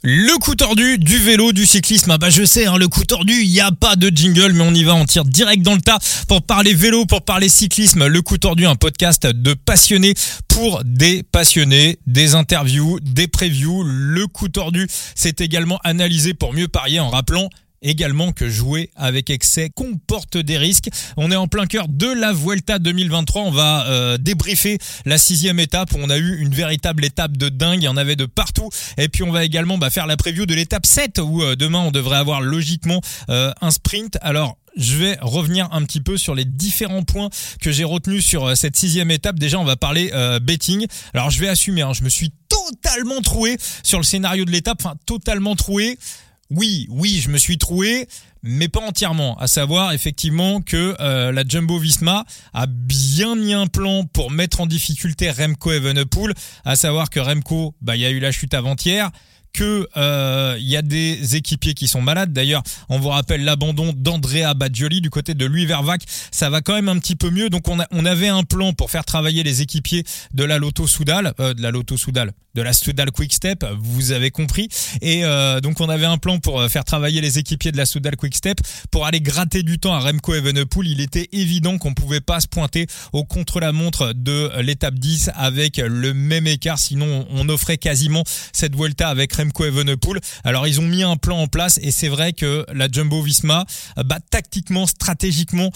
Le coup tordu du vélo, du cyclisme. Je sais, le coup tordu, il n'y a pas de jingle, mais on y va, on tire direct dans le tas pour parler vélo, pour parler cyclisme. Le coup tordu, un podcast de passionnés pour des passionnés, des interviews, des previews. Le coup tordu, c'est également analysé pour mieux parier en rappelant également que jouer avec excès comporte des risques. On est en plein cœur de la Vuelta 2023. On va débriefer la 6e étape où on a eu une véritable étape de dingue. Il y en avait de partout. Et puis on va également faire la preview de l'étape 7 où demain on devrait avoir logiquement un sprint. Alors, je vais revenir un petit peu sur les différents points que j'ai retenus sur cette 6e étape. Déjà, on va parler betting. Alors, je vais assumer, je me suis totalement troué sur le scénario de l'étape. Enfin, totalement troué. Oui, je me suis troué, mais pas entièrement. À savoir, effectivement, que la Jumbo-Visma a bien mis un plan pour mettre en difficulté Remco Evenepoel. À savoir que Remco, il y a eu la chute avant-hier, que y a des équipiers qui sont malades. D'ailleurs, on vous rappelle l'abandon d'Andrea Baggioli du côté de Louis Vervac. Ça va quand même un petit peu mieux. Donc on avait un plan pour faire travailler les équipiers de la de la Soudal Quick Step, vous avez compris. Et donc on avait un plan pour faire travailler les équipiers de la Soudal Quick Step pour aller gratter du temps à Remco Evenepoel. Il était évident qu'on pouvait pas se pointer au contre-la-montre de l'étape 10 avec le même écart, sinon on offrait quasiment cette Vuelta avec Remco Evenepoel. Alors ils ont mis un plan en place et c'est vrai que la Jumbo-Visma, tactiquement, stratégiquement,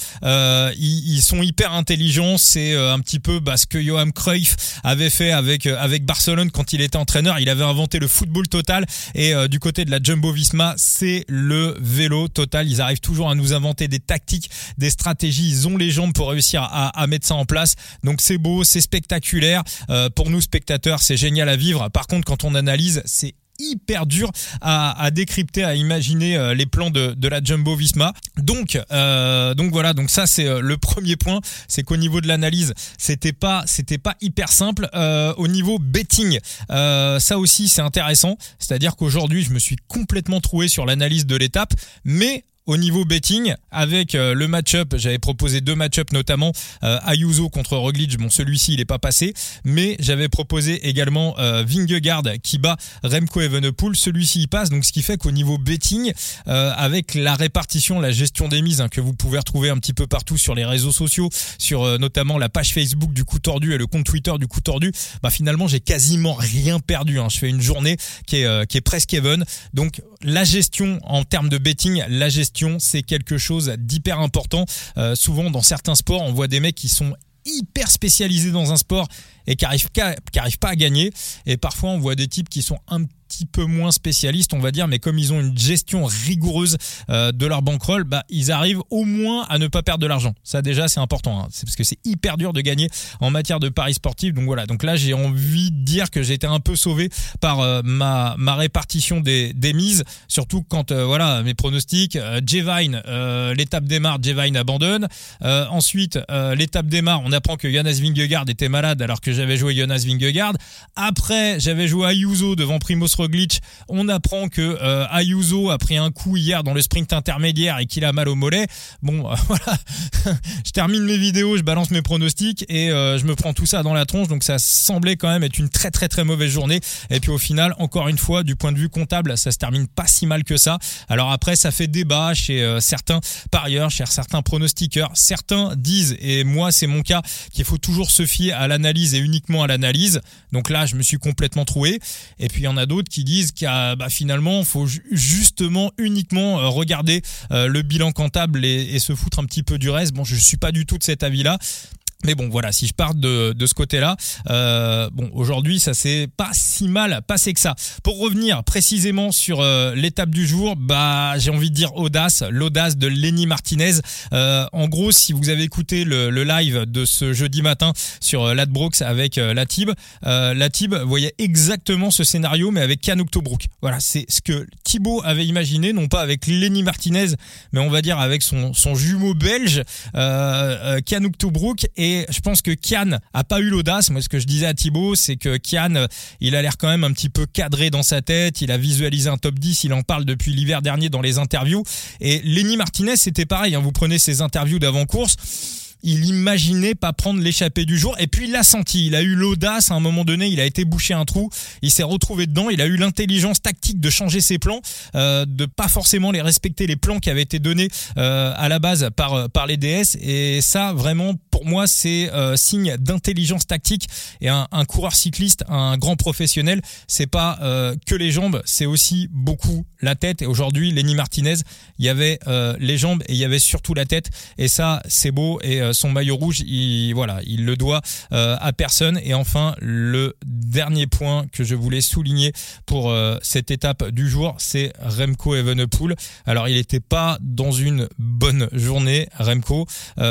ils sont hyper intelligents. C'est un petit peu ce que Johan Cruyff avait fait avec Barcelone quand il était entraîneur. Il avait inventé le football total et du côté de la Jumbo-Visma, c'est le vélo total. Ils arrivent toujours à nous inventer des tactiques, des stratégies. Ils ont les jambes pour réussir à mettre ça en place. Donc c'est beau, c'est spectaculaire. Pour nous spectateurs, c'est génial à vivre. Par contre, quand on analyse, c'est hyper dur à décrypter, à imaginer les plans de la Jumbo-Visma. Donc voilà, donc ça c'est le premier point, c'est qu'au niveau de l'analyse, c'était pas hyper simple. Au niveau betting, ça aussi c'est intéressant, c'est-à-dire qu'aujourd'hui je me suis complètement troué sur l'analyse de l'étape, mais au niveau betting, avec le match-up, j'avais proposé 2 match-up notamment Ayuso contre Roglic. Bon, celui-ci il est pas passé, mais j'avais proposé également Vingegaard qui bat Remco Evenepoel. Celui-ci il passe, donc ce qui fait qu'au niveau betting, avec la répartition, la gestion des mises que vous pouvez retrouver un petit peu partout sur les réseaux sociaux, sur notamment la page Facebook du Coup Tordu et le compte Twitter du Coup Tordu, finalement j'ai quasiment rien perdu. Je fais une journée qui est presque even. Donc la gestion en termes de betting, c'est quelque chose d'hyper important. Souvent dans certains sports, on voit des mecs qui sont hyper spécialisés dans un sport et qui arrivent pas à gagner. Et parfois, on voit des types qui sont un petit peu moins spécialistes, on va dire, mais comme ils ont une gestion rigoureuse de leur bankroll, ils arrivent au moins à ne pas perdre de l'argent. Ça déjà, c'est important. C'est parce que c'est hyper dur de gagner en matière de paris sportifs. Donc voilà. Donc là, j'ai envie de dire que j'ai été un peu sauvé par ma répartition des mises, surtout quand mes pronostics. Jevine, l'étape démarre, Jevine abandonne. Ensuite, l'étape démarre, on apprend que Jonas Vingegaard était malade alors que j'avais joué Jonas Vingegaard. Après, j'avais joué Ayuso devant Primoz Roglic. On apprend que Ayuso a pris un coup hier dans le sprint intermédiaire et qu'il a mal au mollet. Bon, voilà. Je termine mes vidéos, je balance mes pronostics et je me prends tout ça dans la tronche. Donc ça semblait quand même être une très très très mauvaise journée. Et puis au final, encore une fois, du point de vue comptable, ça se termine pas si mal que ça. Alors après, ça fait débat chez certains parieurs, chez certains pronostiqueurs. Certains disent, et moi c'est mon cas, qu'il faut toujours se fier à l'analyse et uniquement à l'analyse. Donc là, je me suis complètement troué. Et puis il y en a d'autres qui disent qu'il finalement, faut justement uniquement regarder le bilan comptable et se foutre un petit peu du reste. Bon, je suis pas du tout de cet avis-là. Mais bon, voilà, si je pars de ce côté-là, aujourd'hui, ça s'est pas si mal passé que ça. Pour revenir précisément sur l'étape du jour, j'ai envie de dire l'audace de Lenny Martinez. En gros, si vous avez écouté le live de ce jeudi matin sur Ladbrokes avec Latib voyait exactement ce scénario, mais avec Yann Octobrook. Voilà, c'est ce que Thibaut avait imaginé, non pas avec Lenny Martinez, mais on va dire avec son jumeau belge, Yann Octobrook. Et je pense que Kian a pas eu l'audace. Moi, ce que je disais à Thibaut, c'est que Kian, il a l'air quand même un petit peu cadré dans sa tête. Il a visualisé un top 10. Il en parle depuis l'hiver dernier dans les interviews. Et Lenny Martinez, c'était pareil. Vous prenez ses interviews d'avant-course. il imaginait pas prendre l'échappée du jour, et puis il l'a senti, il a eu l'audace à un moment donné, il a été boucher un trou, il s'est retrouvé dedans, il a eu l'intelligence tactique de changer ses plans, de pas forcément les respecter, les plans qui avaient été donnés à la base par les DS, et ça vraiment pour moi c'est signe d'intelligence tactique, et un coureur cycliste, un grand professionnel, c'est pas que les jambes, c'est aussi beaucoup la tête, et aujourd'hui Lenny Martinez, il y avait les jambes et il y avait surtout la tête, et ça c'est beau, et son maillot rouge il le doit à personne. Et enfin le dernier point que je voulais souligner pour cette étape du jour, c'est Remco Evenepoel. Alors il était pas dans une bonne journée, Remco,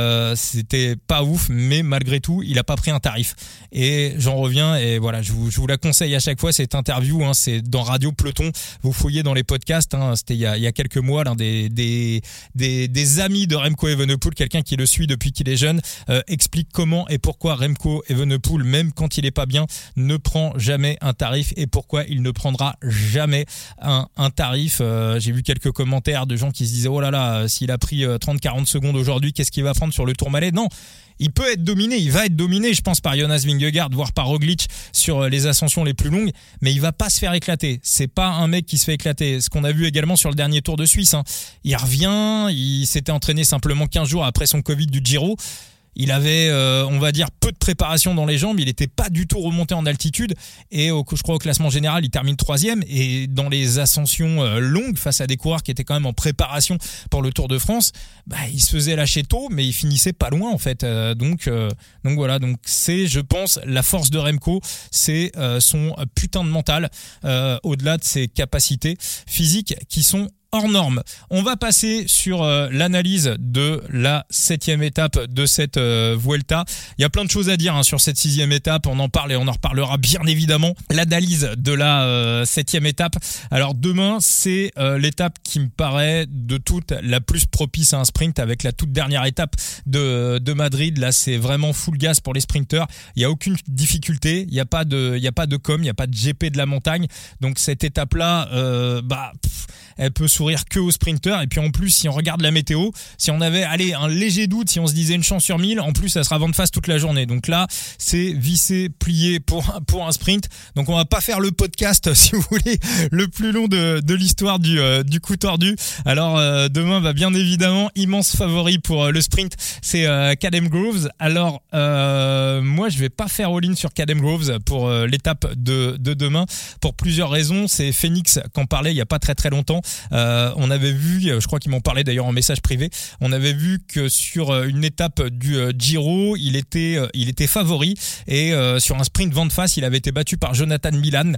c'était pas ouf, mais malgré tout il a pas pris un tarif, et j'en reviens, et voilà, je vous la conseille à chaque fois cette interview, hein, c'est dans Radio Peloton, vous fouillez dans les podcasts, hein, c'était il y a quelques mois, l'un des amis de Remco Evenepoel, quelqu'un qui le suit depuis qu'il est jeune, explique comment et pourquoi Remco Evenepoel, même quand il est pas bien, ne prend jamais un tarif, et pourquoi il ne prendra jamais un tarif. J'ai vu quelques commentaires de gens qui se disaient oh là là, s'il a pris 30-40 secondes aujourd'hui, qu'est-ce qu'il va prendre sur le Tourmalet? Non, il peut être dominé, il va être dominé, je pense, par Jonas Vingegaard, voire par Roglic sur les ascensions les plus longues, mais il va pas se faire éclater. C'est pas un mec qui se fait éclater. Ce qu'on a vu également sur le dernier Tour de Suisse, hein. Il revient, il s'était entraîné simplement 15 jours après son Covid du Giro. Il avait, on va dire, peu de préparation dans les jambes. Il n'était pas du tout remonté en altitude. Et je crois au classement général, il termine 3e. Et dans les ascensions longues, face à des coureurs qui étaient quand même en préparation pour le Tour de France, il se faisait lâcher tôt, mais il finissait pas loin en fait. Donc voilà. Donc c'est, je pense, la force de Remco, c'est son putain de mental, au-delà de ses capacités physiques qui sont hors norme. On va passer sur l'analyse de la 7e étape de cette Vuelta. Il y a plein de choses à dire sur cette 6e étape. On en parle et on en reparlera bien évidemment. L'analyse de la 7e étape. Alors demain, c'est l'étape qui me paraît de toutes la plus propice à un sprint, avec la toute dernière étape de Madrid. Là, c'est vraiment full gas pour les sprinteurs. Il y a aucune difficulté. Il y a pas de com, il y a pas de GP de la montagne. Donc cette étape-là, elle peut sourire que aux sprinteurs. Et puis en plus, si on regarde la météo, si on avait un léger doute, si on se disait une chance sur 1000, en plus ça sera vent de face toute la journée. Donc là, c'est vissé, plié pour un sprint. Donc on va pas faire le podcast, si vous voulez, le plus long de l'histoire du coup tordu. Alors demain, bien évidemment, immense favori pour le sprint, c'est Caden Groves. Alors moi, je vais pas faire all-in sur Caden Groves pour l'étape de demain, pour plusieurs raisons. C'est Phoenix qu'en parlait il y a pas très très longtemps. On avait vu, je crois qu'ils m'ont parlé d'ailleurs en message privé, on avait vu que sur une étape du Giro, il était favori, et sur un sprint vent de face, il avait été battu par Jonathan Milan.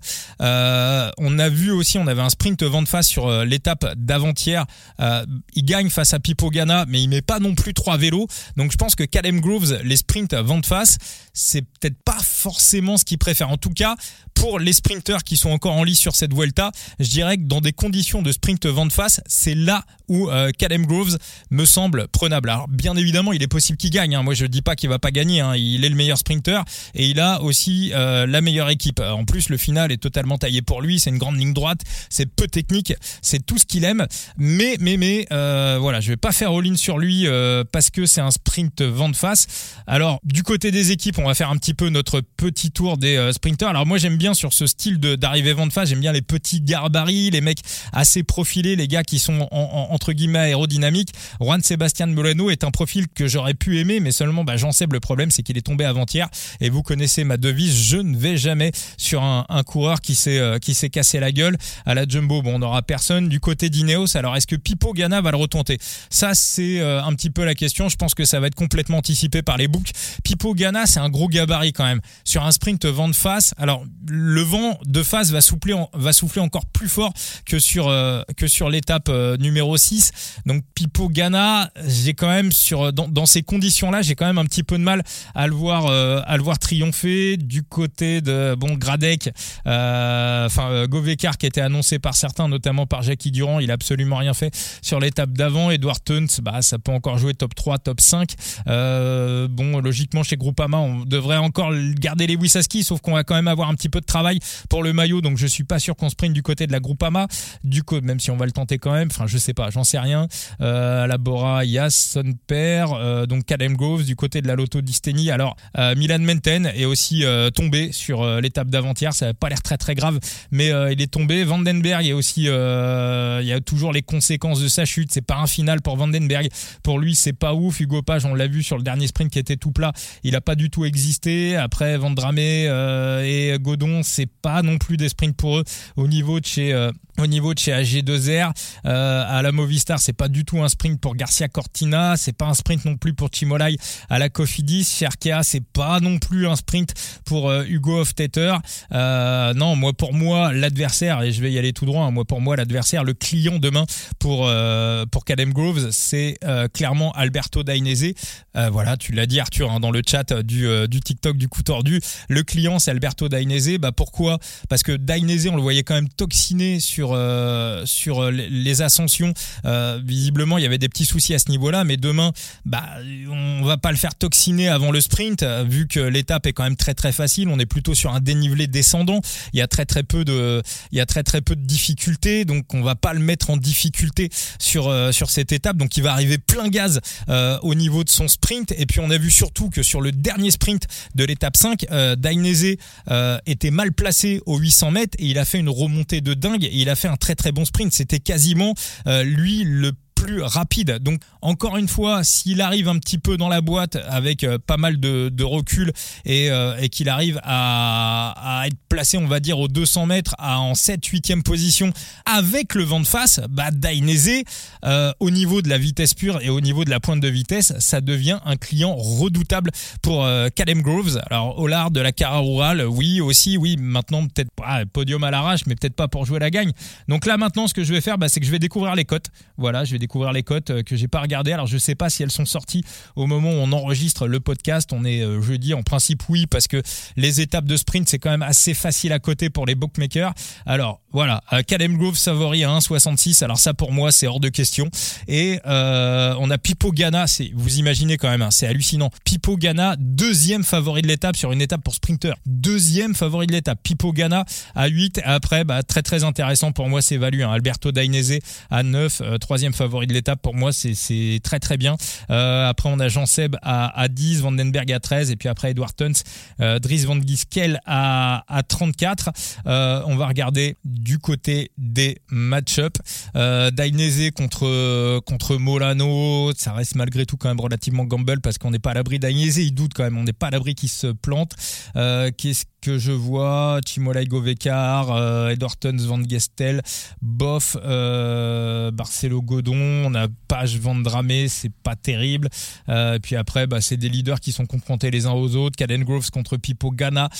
On a vu aussi, on avait un sprint vent de face sur l'étape d'avant-hier. Il gagne face à Pipo Ganna, mais il met pas non plus 3 vélos. Donc je pense que Caden Groves, les sprints vent de face, c'est peut-être pas forcément ce qu'il préfère. En tout cas, pour les sprinteurs qui sont encore en lice sur cette Vuelta, je dirais que dans des conditions de sprint vent de face, c'est là où Caden Groves me semble prenable. Alors bien évidemment, il est possible qu'il gagne, hein. Moi je dis pas qu'il va pas gagner, hein. Il est le meilleur sprinter et il a aussi la meilleure équipe. En plus, le final est totalement taillé pour lui, c'est une grande ligne droite, c'est peu technique, c'est tout ce qu'il aime. Mais voilà, je vais pas faire all-in sur lui parce que c'est un sprint vent de face. Alors du côté des équipes, on va faire un petit peu notre petit tour des sprinters. Alors moi j'aime bien sur ce style d'arrivée vent de face, j'aime bien les petits gabarits, les mecs assez profilés, les gars qui sont entre guillemets aérodynamiques. Juan Sebastián Moreno est un profil que j'aurais pu aimer, mais seulement j'en sais, le problème c'est qu'il est tombé avant-hier, et vous connaissez ma devise, je ne vais jamais sur un coureur qui s'est cassé la gueule. À la Jumbo, on n'aura personne. Du côté d'Ineos, alors est-ce que Pipo Ganna va le retenter? Ça c'est un petit peu la question. Je pense que ça va être complètement anticipé par les books. Pipo Ganna, c'est un gros gabarit quand même. Sur un sprint vent de face, alors le vent de face va souffler encore plus fort que sur l'étape numéro 6. Donc Pipo Ganna, j'ai quand même dans ces conditions-là, j'ai quand même un petit peu de mal à le voir triompher. Du côté de Gradec, Govekar qui était annoncé par certains, notamment par Jackie Durand, il a absolument rien fait sur l'étape d'avant. Edward Theuns, ça peut encore jouer top 3, top 5. Logiquement chez Groupama, on devrait encore garder les Wissaski, sauf qu'on va quand même avoir un petit peu de travail pour le maillot, donc je suis pas sûr qu'on sprint du côté de la Groupama, même si on va le tenter quand même, enfin je sais pas, j'en sais rien. À la Bora, il y a son père, donc Caden Groves du côté de la Lotto Distini. Alors Milan Menten est aussi tombé sur l'étape d'avant-hier, ça n'a pas l'air très très grave, mais il est tombé. Vandenberg est aussi, il y a toujours les conséquences de sa chute, c'est pas un final pour Vandenberg, pour lui c'est pas ouf. Hugo Page, on l'a vu sur le dernier sprint qui était tout plat, il a pas du tout existé. Après Vandrame et Godon, c'est pas non plus des sprints pour eux au niveau de chez AG2R. À la Movistar, c'est pas du tout un sprint pour Garcia Cortina, c'est pas un sprint non plus pour Chimolai à la Cofidis. Chez Arkea, c'est pas non plus un sprint pour Hugo Hofstetter. Non, pour moi l'adversaire, et je vais y aller tout droit, pour moi l'adversaire, le client demain pour Caden Groves, c'est clairement Alberto Dainese. Voilà, tu l'as dit Arthur dans le chat du TikTok du coup tordu. Le client c'est Alberto Dainese. Pourquoi ? Parce que Dainese, on le voyait quand même toxiné sur les ascensions. Visiblement il y avait des petits soucis à ce niveau-là, mais demain on va pas le faire toxiner avant le sprint, vu que l'étape est quand même très très facile. On est plutôt sur un dénivelé descendant, il y a très très peu de difficultés, donc on va pas le mettre en difficulté sur cette étape. Donc il va arriver plein gaz au niveau de son sprint. Et puis on a vu surtout que sur le dernier sprint de l'étape 5, Dainese était mal placé aux 800 mètres et il a fait une remontée de dingue et il a fait un très très bon sprint. C'était quasiment lui le plus rapide. Donc encore une fois, s'il arrive un petit peu dans la boîte avec pas mal de recul et qu'il arrive à être placé, on va dire, aux 200 mètres en 7-8e position avec le vent de face, Dainese, au niveau de la vitesse pure et au niveau de la pointe de vitesse, ça devient un client redoutable pour Caden Groves. Alors au lard de la Cara Rural, oui, maintenant peut-être pas podium à l'arrache, mais peut-être pas pour jouer la gagne. Donc là maintenant, ce que je vais faire, c'est que je vais découvrir les cotes. Voilà, je vais découvrir les cotes que j'ai pas regardées. Alors je sais pas si elles sont sorties au moment où on enregistre le podcast. On est jeudi, en principe oui, parce que les étapes de sprint c'est quand même assez facile à coter pour les bookmakers. Alors voilà, Caden Groves favori à 1,66. Alors ça pour moi c'est hors de question. Et on a Pipo Ganna, vous imaginez quand même, c'est hallucinant. Pipo Ganna, deuxième favori de l'étape sur une étape pour sprinter. Deuxième favori de l'étape, Pipo Ganna à 8. Et après très très intéressant pour moi, c'est valu, Alberto Dainese à 9, troisième favori de l'étape. Pour moi c'est très très bien. Après on a Jean Seb à 10, Vandenberg à 13 et puis après Edward Tuns, Dries Van Giskel à 34. On va regarder du côté des match-up. Dainese contre Molano, ça reste malgré tout quand même relativement gamble parce qu'on n'est pas à l'abri. Dainese il doute quand même, on n'est pas à l'abri qu'il se plante. Qu'est-ce que je vois? Chimolai Govekar, Edward Tuns, Van Gestel, Boff, Barcelo Godon, on a Page Vandrame, c'est pas terrible. Et puis après c'est des leaders qui sont confrontés les uns aux autres. Caden Groves contre Pipo Ganna,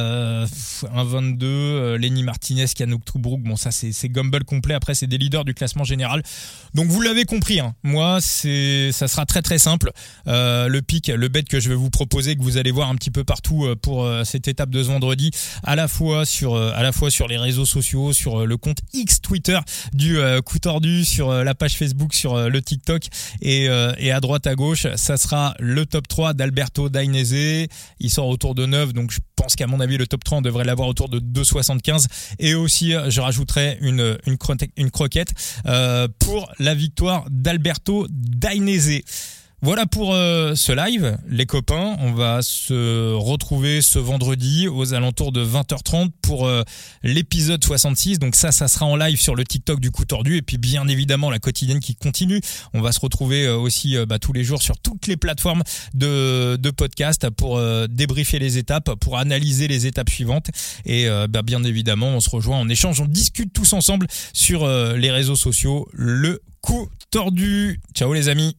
1,22, Lenny Martinez, Canouk Toubrook, bon ça c'est gamble complet. Après c'est des leaders du classement général. Donc vous l'avez compris, moi ça sera très très simple. Le pick, le bet que je vais vous proposer, que vous allez voir un petit peu partout pour cette étape de ce vendredi, à la fois sur les réseaux sociaux, sur le compte X Twitter du coup tordu, sur la page Facebook, sur le TikTok et à droite à gauche, ça sera le top 3 d'Alberto Dainese. Il sort autour de 9, donc je pense qu'à mon avis le top 3 on devrait l'avoir autour de 2,75 et aussi je rajouterai une croquette pour la victoire d'Alberto Dainese. Voilà pour ce live, les copains. On va se retrouver ce vendredi aux alentours de 20h30 pour l'épisode 66. Donc ça sera en live sur le TikTok du coup tordu. Et puis bien évidemment la quotidienne qui continue. On va se retrouver aussi tous les jours sur toutes les plateformes de podcast pour débriefer les étapes, pour analyser les étapes suivantes. Et bien évidemment, on se rejoint, on échange, on discute tous ensemble sur les réseaux sociaux. Le coup tordu. Ciao les amis.